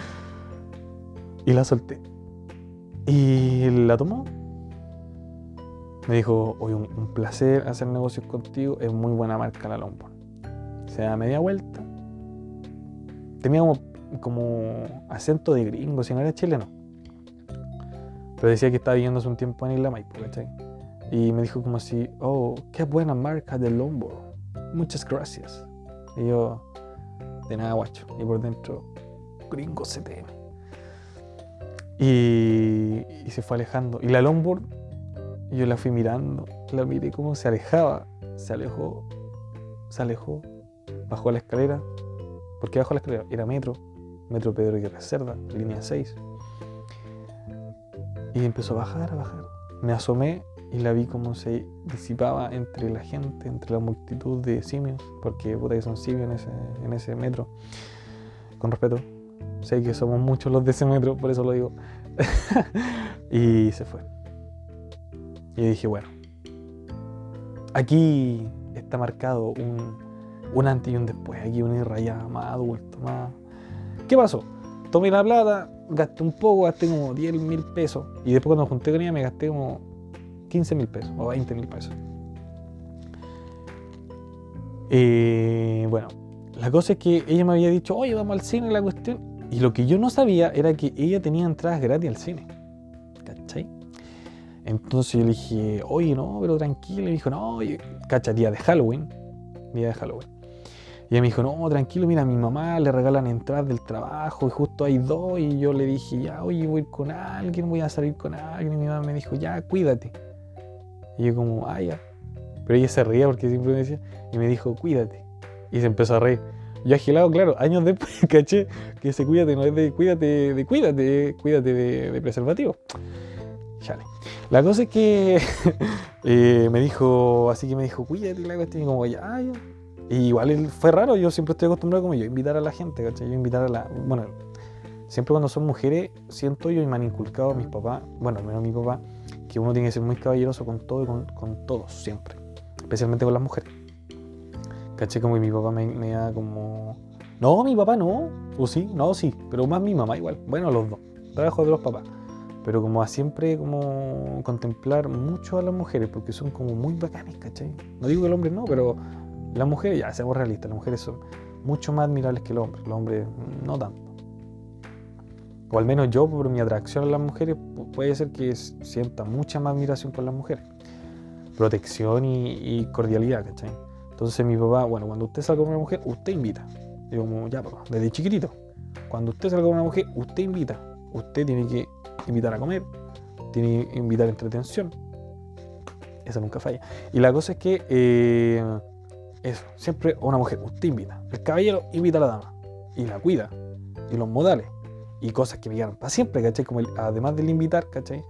Speaker 1: Y la solté. Y la tomó. Me dijo, oye, un placer hacer negocios contigo. Es muy buena marca la longboard. Se da media vuelta. Tenía como acento de gringo, si no era chileno. Pero decía que estaba viviendo hace un tiempo en Isla Maipo, ¿cachai? Y me dijo como así, qué buena marca de longboard. Muchas gracias. Y yo, de nada, guacho. Y por dentro, gringo CTM. Y se fue alejando. Y la longboard, yo la fui mirando, la miré cómo se alejaba. Se alejó, bajó la escalera. ¿Por qué bajó la escalera? Era metro Pedro Aguirre Cerda, línea 6. Y empezó a bajar. Me asomé y la vi como se disipaba entre la gente, entre la multitud de simios, porque puta que son simios en ese metro. Con respeto, sé que somos muchos los de ese metro, por eso lo digo. Y se fue. Y dije, bueno, aquí está marcado un antes y un después, aquí un Irra ya más adulto, más... ¿Qué pasó? Tomé la plata, gasté un poco, gasté como 10.000 pesos, y después cuando junté con ella me gasté como 15.000 pesos o 20.000 pesos. Bueno, la cosa es que ella me había dicho, oye, vamos al cine, la cuestión. Y lo que yo no sabía era que ella tenía entradas gratis al cine. ¿Cachai? Entonces yo le dije, oye, no, pero tranquilo. Y me dijo, no, cacha, día de Halloween. Día de Halloween. Y ella me dijo, no, tranquilo, mira, a mi mamá le regalan entradas del trabajo y justo hay dos. Y yo le dije, ya, oye, voy a ir con alguien, voy a salir con alguien. Y mi mamá me dijo, ya, cuídate. Y yo como, ah, ya. Pero ella se reía porque siempre me decía, y me dijo, cuídate. Y se empezó a reír. Yo agilado, claro, años después caché que ese cuídate no es de cuídate, cuídate de preservativo. Chale. La cosa es que me dijo, así que me dijo, cuídate, la cuestión, y como, ya, ya. Y igual fue raro, yo siempre estoy acostumbrado como yo, invitar a la gente, ¿cachai? Yo invitar a la, bueno, siempre cuando son mujeres, siento yo y me han inculcado a mis papás, bueno, al menos a mi papá, que uno tiene que ser muy caballeroso con todo y con todos, siempre. Especialmente con las mujeres. ¿Cachai? Como que mi papá me da como... No, mi papá no. ¿O sí? No, sí. Pero más mi mamá igual. Bueno, los dos. Trabajo de los papás. Pero como a siempre como contemplar mucho a las mujeres porque son como muy bacanes, ¿cachai? No digo que el hombre no, pero las mujeres, ya seamos realistas, las mujeres son mucho más admirables que los hombres no tanto. O al menos yo, por mi atracción a las mujeres, puede ser que sienta mucha más admiración por las mujeres. Protección y cordialidad, ¿cachai? Entonces mi papá, bueno, cuando usted salga con una mujer, usted invita. Digo como, ya papá, desde chiquitito. Cuando usted salga con una mujer, usted invita. Usted tiene que invitar a comer, tiene que invitar a entretención. Eso nunca falla. Y la cosa es que, eso, siempre a una mujer, usted invita. El caballero invita a la dama. Y la cuida. Y los modales. Y cosas que me quedan para siempre, ¿cachai? Como además del invitar, ¿cachai?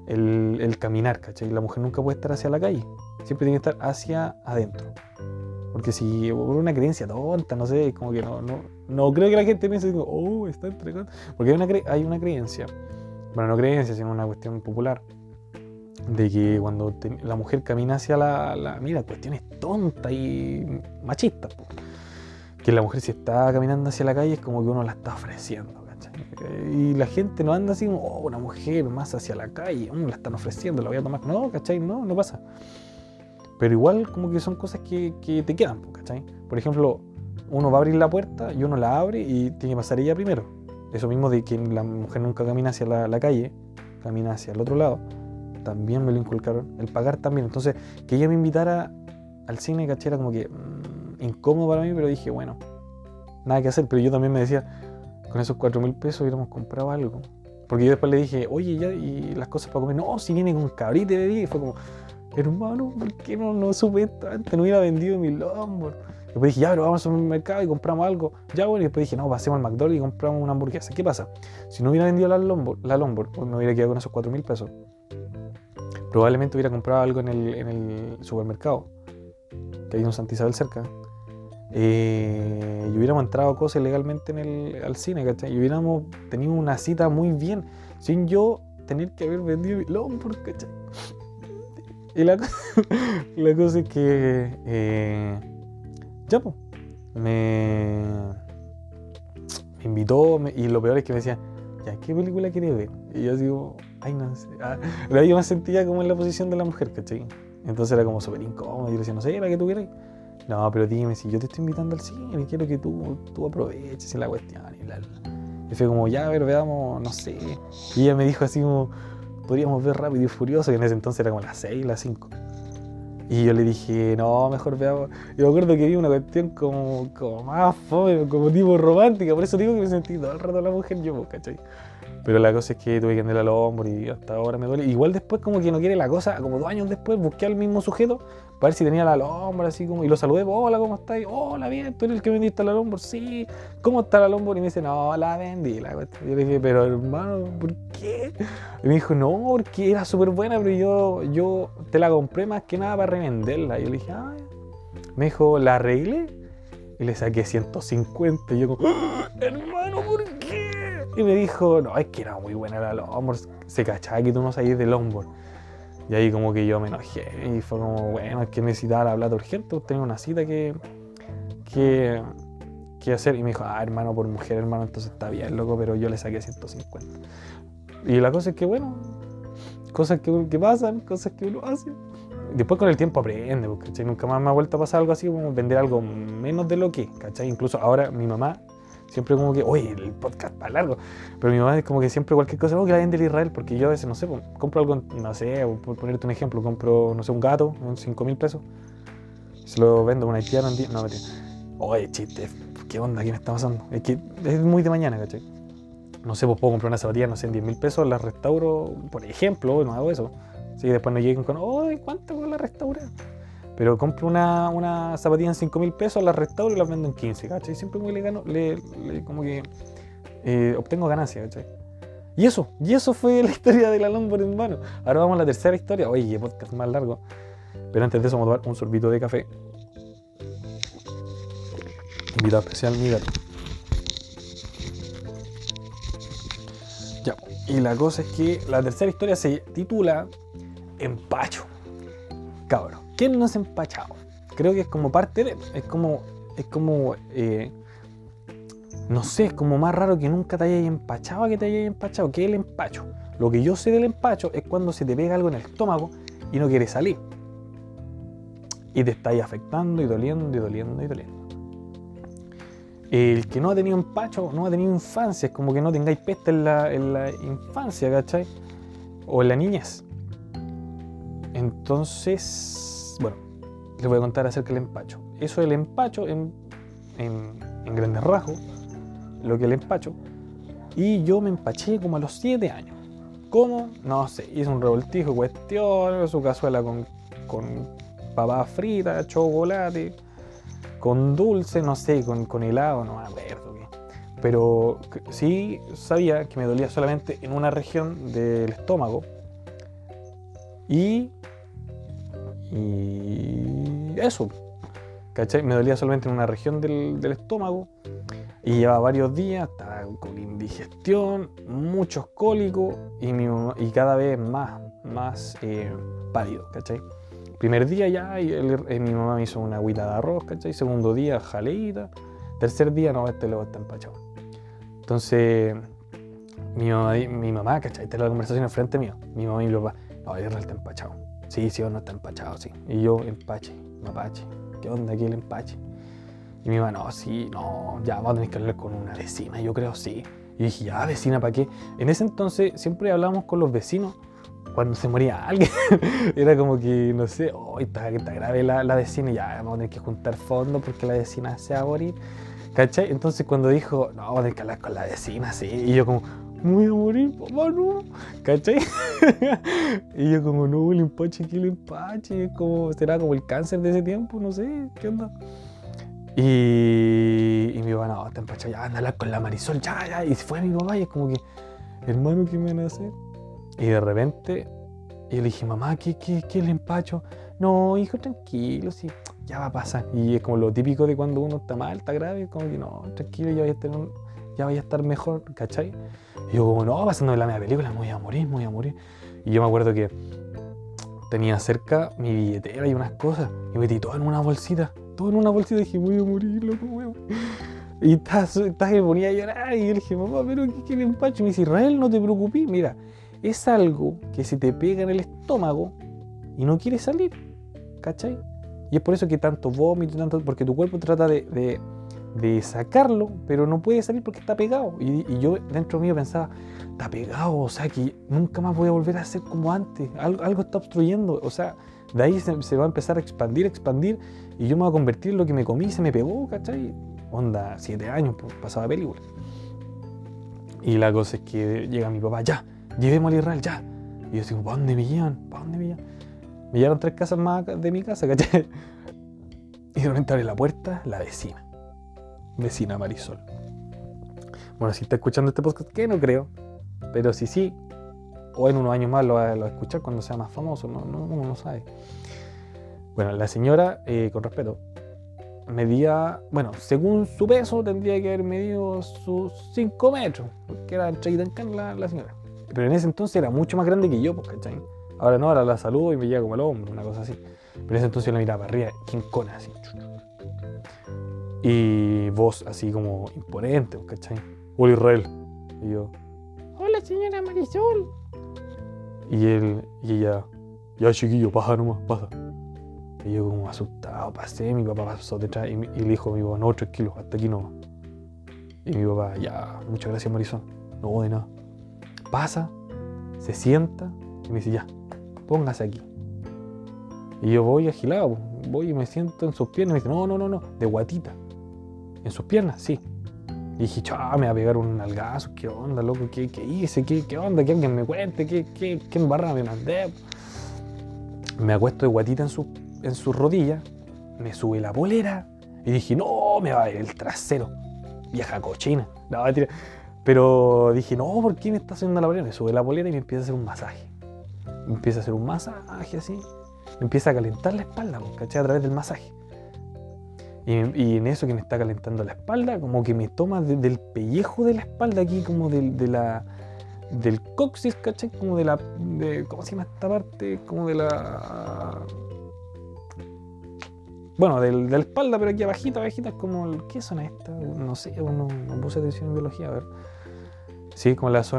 Speaker 1: El caminar, ¿cachai? La mujer nunca puede estar hacia la calle. Siempre tiene que estar hacia adentro. Porque si por una creencia tonta, no sé, como que no creo que la gente piense, oh, está entregando. Porque hay una creencia, bueno, no creencia, sino una cuestión popular, de que cuando la mujer camina hacia mira, cuestiones tontas y machistas, po. Que la mujer si está caminando hacia la calle es como que uno la está ofreciendo, ¿cachai? Y la gente no anda así como, oh, una mujer más hacia la calle, la están ofreciendo, la voy a tomar. No, ¿cachai? No pasa. Pero igual como que son cosas que te quedan, ¿cachai? Por ejemplo, uno va a abrir la puerta y uno la abre y tiene que pasar ella primero. Eso mismo de que la mujer nunca camina hacia la calle, camina hacia el otro lado, también me lo inculcaron. El pagar también. Entonces, que ella me invitara al cine, ¿cachai? Era como que incómodo para mí, pero dije, bueno, nada que hacer. Pero yo también me decía, con esos 4.000 pesos hubiéramos comprado algo. Porque yo después le dije, oye, ya, y las cosas para comer. No, si viene con cabrita de bebida. Y fue como, hermano, ¿por qué no supe esto antes? No hubiera vendido mi Lombor. Después dije, ya, pero vamos al supermercado y compramos algo. Ya, bueno, y después dije, no, pasemos al McDonald's y compramos una hamburguesa. ¿Qué pasa? Si no hubiera vendido la Lombor, pues me hubiera quedado con esos 4.000 pesos. Probablemente hubiera comprado algo en el supermercado, que hay un Santa Isabel cerca. Y hubiéramos entrado cosas legalmente al cine, ¿cachai? Y hubiéramos tenido una cita muy bien, sin yo tener que haber vendido mi Lombor, ¿cachai? Y la cosa es que ya, pues, me invitó y lo peor es que me decía, ya, ¿qué película quieres ver? Y yo digo, ay, no sé. Pero yo me sentía como en la posición de la mujer, ¿cachai? Entonces era como súper incómodo. Y yo decía, no sé, la que tú quieres. No, pero dime, si yo te estoy invitando al cine, quiero que tú aproveches la cuestión. Y fue como, ya, a ver, veamos, no sé. Y ella me dijo así como, podríamos ver Rápido y Furioso, que en ese entonces era como las 6, las 5. Y yo le dije, no, mejor veamos. Yo me acuerdo que vi una cuestión como más fome, como tipo romántica. Por eso digo que me sentí todo el rato la mujer yo, ¿cachai? Pero la cosa es que tuve que andar al hombro y hasta ahora me duele. Igual después como que no quiere la cosa, como 2 años después busqué al mismo sujeto para ver si tenía la Lombor, así como, y lo saludé, hola, ¿cómo estás? Hola, bien, ¿tú eres el que vendiste la Lombor? Sí, ¿cómo está la Lombor? Y me dice, no, la vendí, la cuestión. Yo le dije, pero hermano, ¿por qué? Y me dijo, no, porque era súper buena, pero yo te la compré más que nada para revenderla. Y yo le dije, ah, me dijo, ¿la arreglé? Y le saqué 150. Y yo como, ¡ah, hermano, ¿por qué? Y me dijo, no, es que era muy buena la Lombor. Se cachaba que tú no sabías de Lombor. Y ahí como que yo me enojé y fue como, bueno, es que necesitaba la plata urgente, tengo una cita que hacer. Y me dijo, ah, hermano, por mujer, hermano, entonces está bien, loco, pero yo le saqué 150. Y la cosa es que, bueno, cosas que pasan, cosas que uno hace. Después con el tiempo aprende, ¿cachai? Nunca más me ha vuelto a pasar algo así como vender algo menos de lo que, ¿cachai? Incluso ahora mi mamá Siempre como que, oye, el podcast para largo. Pero mi mamá es como que siempre cualquier cosa, que la vende el Israel, porque yo a veces, no sé, compro algo, no sé, por ponerte un ejemplo, compro, no sé, un gato, en 5.000 pesos. Se lo vendo a una haitiana en 10, no, mentira. Oye, chiste, ¿qué onda? ¿Qué me está pasando? Es que es muy de mañana, ¿cachai? No sé, pues puedo comprar una zapatilla, no sé, en 10.000 pesos, la restauro, por ejemplo, no hago eso. Así que después no lleguen con, oye, ¿cuánto con la restaura? Pero compro una zapatilla en 5.000 pesos, la restauro y la vendo en 15, ¿cachai? Siempre como le gano, como que obtengo ganancia, ¿cachai? Y eso fue la historia de la longboard en vano. Ahora vamos a la tercera historia. Oye, qué podcast más largo. Pero antes de eso vamos a tomar un sorbito de café. Invitado especial, mi gato. Ya, y la cosa es que la tercera historia se titula Empacho. Cabrón, ¿quién no se ha empachado? Creo que es como parte de... Es como no sé, es como más raro que nunca te hayas empachado a que te hayas empachado. ¿Qué es el empacho? Lo que yo sé del empacho es cuando se te pega algo en el estómago y no quieres salir. Y te está ahí afectando y doliendo y doliendo y doliendo. El que no ha tenido empacho, no ha tenido infancia, es como que no tengáis peste en la infancia, ¿cachai? O en la niñez. Entonces, bueno, les voy a contar acerca del empacho. Eso del empacho, en grandes rasgos, lo que es el empacho. Y yo me empaché como a los 7 años. ¿Cómo? No sé, hice un revoltijo, cuestión, su cazuela con papas fritas, chocolate, con dulce, no sé, con helado, no me acuerdo qué. Pero sí sabía que me dolía solamente en una región del estómago. Y eso, ¿cachai? Me dolía solamente en una región del estómago. Y llevaba varios días, estaba con indigestión, muchos cólicos y cada vez más pálido, ¿cachai? Primer día ya mi mamá me hizo una agüita de arroz, ¿cachai? Segundo día jaleíta. Tercer día, no, este luego está empachado. Entonces, mi mamá, ¿cachai? Esta es la conversación enfrente mío. Mi mamá y mi papá, no, el Israel está empachado. Sí, o no está empachado, sí. Y yo, empache, mapache, ¿qué onda aquí el empache? Y mi mamá, no, sí, no, ya vamos a tener que hablar con una vecina, yo creo, sí. Y dije, ya, vecina, ¿para qué? En ese entonces siempre hablábamos con los vecinos cuando se moría alguien. Era como que, no sé, oh, está grave la vecina y ya, vamos a tener que juntar fondos porque la vecina se va a morir. ¿Cachai? Entonces cuando dijo, no, vamos a tener que hablar con la vecina, sí. Y yo como, me voy a morir, papá, no. ¿Cachai? Y yo como, no, el empache, ¿qué el empache? ¿Será como el cáncer de ese tiempo? No sé, ¿qué onda? Y mi papá, no, está empachado, ya, anda a hablar con la Marisol, ya. Y fue mi papá y es como que, hermano, ¿qué me van a hacer? Y de repente, yo le dije, mamá, ¿qué es el empacho? No, hijo, tranquilo, sí, ya va a pasar. Y es como lo típico de cuando uno está mal, está grave, como que no, tranquilo, ya vaya a estar mejor, ¿cachai? Y yo como, no, pasándome la media película, me voy a morir. Y yo me acuerdo que tenía cerca mi billetera y unas cosas, y metí todo en una bolsita, y dije, voy a morir, loco, weón. Y me ponía a llorar, y yo le dije, mamá, pero ¿qué le empacho? Y me dice, Israel, no te preocupes, mira, es algo que se te pega en el estómago y no quiere salir, ¿cachai? Y es por eso que tanto vómito, porque tu cuerpo trata de sacarlo, pero no puede salir porque está pegado. Y yo dentro mío pensaba, está pegado, o sea que nunca más voy a volver a ser como antes, algo está obstruyendo, o sea, de ahí se va a empezar a expandir, y yo me voy a convertir en lo que me comí, se me pegó, ¿cachai? Onda, 7 años, pues, pasaba película. Y la cosa es que llega mi papá, ya, llevémosle a Israel, ya. Y yo digo, ¿para dónde me llevan? Me llevaron 3 casas más de mi casa, ¿cachai? Y de repente abre la puerta, la vecina Marisol. Bueno, si está escuchando este podcast, que no creo, pero si sí, o en unos años más lo va a escuchar cuando sea más famoso, uno no sabe. Bueno, la señora, con respeto, medía, bueno, según su peso tendría que haber medido sus 5 metros, porque era traidacán la señora. Pero en ese entonces era mucho más grande que yo, pues, ¿cachai? Ahora no, ahora la saludo y me llega como el hombro, una cosa así. Pero en ese entonces yo la miraba para arriba, quincona, así. Y voz así como imponente, ¿cachai? Hola, Israel. Y yo, hola, señora Marisol. Y ella, ya, chiquillo, pasa nomás, pasa. Y yo como asustado, pasé, mi papá pasó detrás y le dijo a mi papá, no, tranquilo, hasta aquí nomás. Y mi papá, ya, muchas gracias, Marisol. No, de nada. Pasa, se sienta y me dice, ya, póngase aquí. Y yo voy agilado, voy y me siento en sus piernas. Y me dice, no, de guatita. ¿En sus piernas? Sí. Y dije, me va a pegar un nalgazo. ¿Qué onda, loco? ¿Qué hice? ¿Qué onda? Que alguien me cuente. ¿Qué embarrada me mandé? Me acuesto de guatita en sus rodillas. Me sube la polera. Y dije, no, me va a ver el trasero. Vieja cochina. No, mentira. Pero dije, no, ¿por qué me está haciendo la polera? Me sube la polera y me empieza a hacer un masaje. Me empieza a hacer un masaje así. Me empieza a calentar la espalda, ¿cachai? A través del masaje. Y en eso que me está calentando la espalda, como que me toma del pellejo de la espalda aquí, como del coxis, ¿cachai? Como ¿cómo se llama esta parte? Como de la... Bueno, de la espalda, pero aquí abajita, es como... ¿Qué zona es esta? No sé, no puse atención en biología, a ver. Sí, como la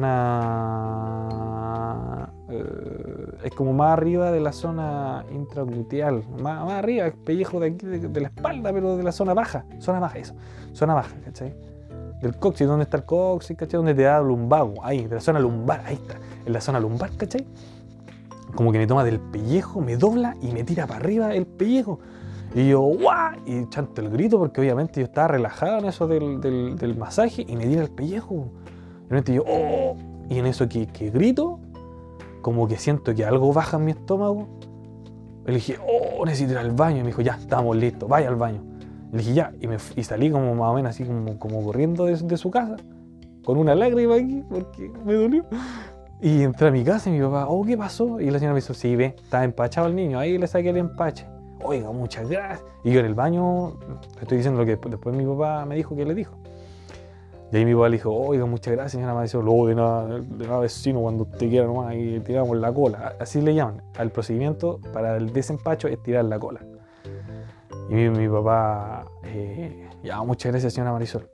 Speaker 1: zona... es como más arriba de la zona intragluteal. Más arriba, el pellejo de aquí, de la espalda, pero de la zona baja. Zona baja, ¿cachai? Del coxis, ¿dónde está el coxis, cachai? Donde te da lumbago, ahí, de la zona lumbar, ahí está. En la zona lumbar, ¿cachai? Como que me toma del pellejo, me dobla y me tira para arriba el pellejo. Y yo, ¡guau! Y chanto el grito, porque obviamente yo estaba relajado en eso del masaje y me tira el pellejo. Y de repente yo, ¡oh! Y en eso que grito, como que siento que algo baja en mi estómago. Le dije, ¡oh! Necesito ir al baño. Y me dijo, ya, estamos listos, vaya al baño. Le dije, ya. Y salí como más o menos así como corriendo de su casa, con una lágrima aquí, porque me dolió. Y entré a mi casa y mi papá, ¿qué pasó? Y la señora me dijo, sí, ve, estaba empachado el niño, ahí le saqué el empache. Oiga, muchas gracias. Y yo en el baño, le estoy diciendo lo que después mi papá me dijo que le dijo. Y ahí mi papá le dijo, oiga, muchas gracias, señora Marisol. De nada, vecino, cuando usted quiera nomás, y tiramos la cola. Así le llaman. Al procedimiento para el desempacho es tirar la cola. Y mi papá, ya, muchas gracias, señora Marisol.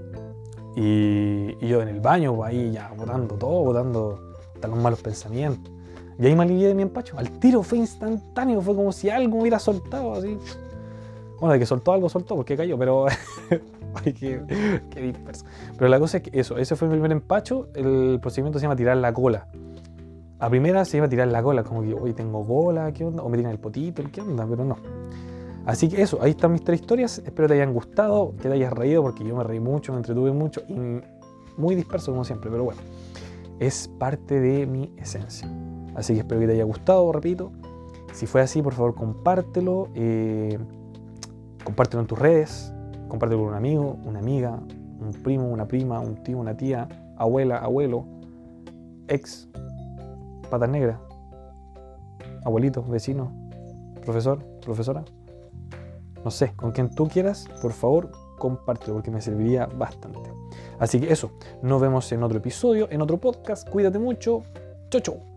Speaker 1: Y yo en el baño, pues, ahí ya botando hasta los malos pensamientos. Y ahí me alivié de mi empacho. Al tiro fue instantáneo, fue como si algo me hubiera soltado así. Bueno, de que soltó algo, soltó porque cayó, pero... Ay, qué disperso. Pero la cosa es que ese fue mi primer empacho. El procedimiento se llama tirar la cola. A primera se llama tirar la cola, como que hoy tengo cola, ¿qué onda? O me tiran el potito, ¿qué onda? Pero no. Así que eso, ahí están mis 3 historias. Espero te hayan gustado, que te hayas reído, porque yo me reí mucho, me entretuve mucho y muy disperso como siempre, pero bueno, es parte de mi esencia. Así que espero que te haya gustado, repito. Si fue así, por favor, compártelo. Compártelo en tus redes. Compártelo con un amigo, una amiga, un primo, una prima, un tío, una tía, abuela, abuelo, ex, patas negras, abuelito, vecino, profesor, profesora. No sé, con quien tú quieras, por favor, compártelo porque me serviría bastante. Así que eso, nos vemos en otro episodio, en otro podcast. Cuídate mucho. Chau, chau.